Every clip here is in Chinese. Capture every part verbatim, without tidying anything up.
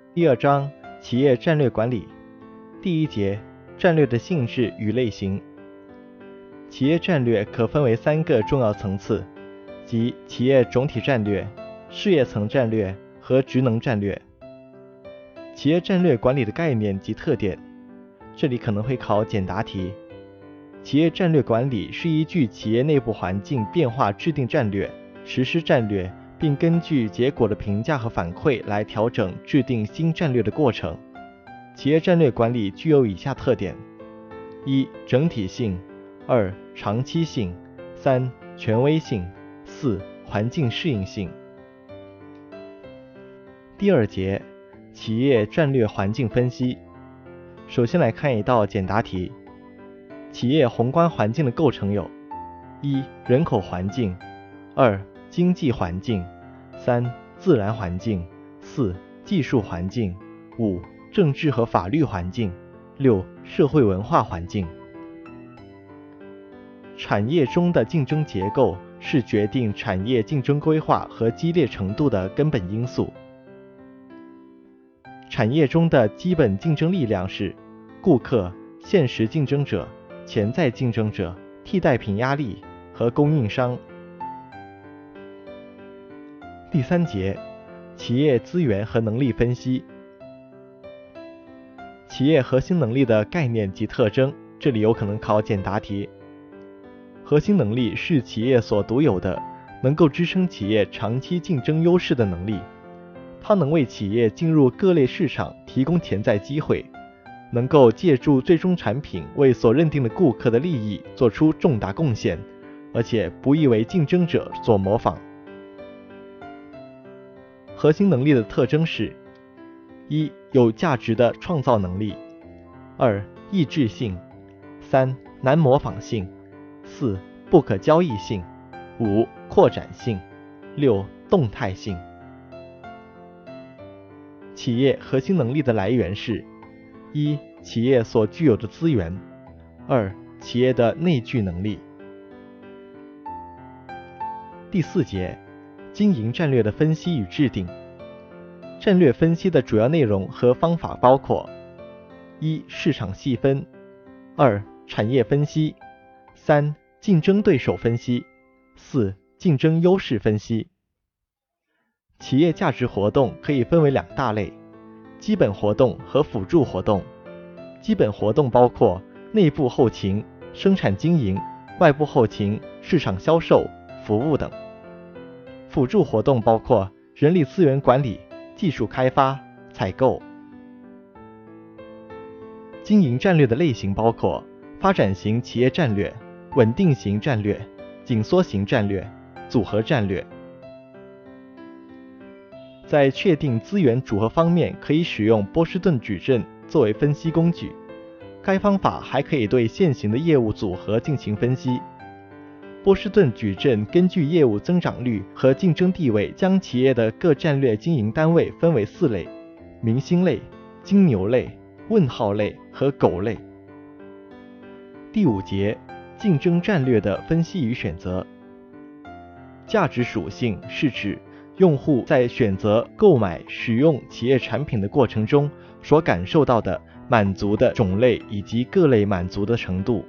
第二章企业战略管理。第一节战略的性质与类型。企业战略可分为三个重要层次，即企业总体战略、事业层战略和职能战略。企业战略管理的概念及特点，这里可能会考简答题。企业战略管理是依据企业内部环境变化制定战略、实施战略，并根据结果的评价和反馈来调整制定新战略的过程。企业战略管理具有以下特点：一、整体性；二、长期性；三、权威性；四、环境适应性。第二节企业战略环境分析。首先来看一道简答题。企业宏观环境的构成有：一、人口环境；二、经济环境；三、自然环境；四、技术环境；五、政治和法律环境；六、社会文化环境。产业中的竞争结构是决定产业竞争规划和激烈程度的根本因素。产业中的基本竞争力量是顾客、现实竞争者、潜在竞争者、替代品压力和供应商。第三节企业资源和能力分析。企业核心能力的概念及特征，这里有可能考简答题。核心能力是企业所独有的，能够支撑企业长期竞争优势的能力。它能为企业进入各类市场提供潜在机会，能够借助最终产品为所认定的顾客的利益做出重大贡献，而且不易为竞争者所模仿。核心能力的特征是：一、有价值的创造能力；二、抑制性；三、难模仿性；四、不可交易性；五、扩展性；六、动态性。企业核心能力的来源是：一、企业所具有的资源；二、企业的内聚能力。第四节经营战略的分析与制定。战略分析的主要内容和方法包括：一、市场细分；二、产业分析；三、竞争对手分析；四、竞争优势分析。企业价值活动可以分为两大类：基本活动和辅助活动。基本活动包括内部后勤、生产经营、外部后勤、市场销售、服务等。辅助活动包括人力资源管理、技术开发、采购。经营战略的类型包括发展型企业战略、稳定型战略、紧缩型战略、组合战略。在确定资源组合方面，可以使用波士顿矩阵作为分析工具。该方法还可以对现行的业务组合进行分析。波士顿矩阵根据业务增长率和竞争地位，将企业的各战略经营单位分为四类：明星类、金牛类、问号类和狗类。第五节竞争战略的分析与选择。价值属性是指用户在选择、购买、使用企业产品的过程中所感受到的满足的种类以及各类满足的程度。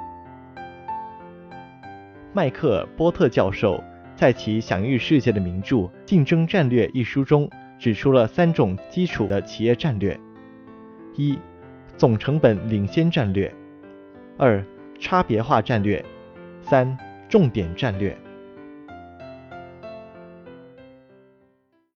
迈克尔·波特教授在其享誉世界的名著《竞争战略》一书中指出了三种基础的企业战略：一、总成本领先战略；二、差别化战略；三、重点战略。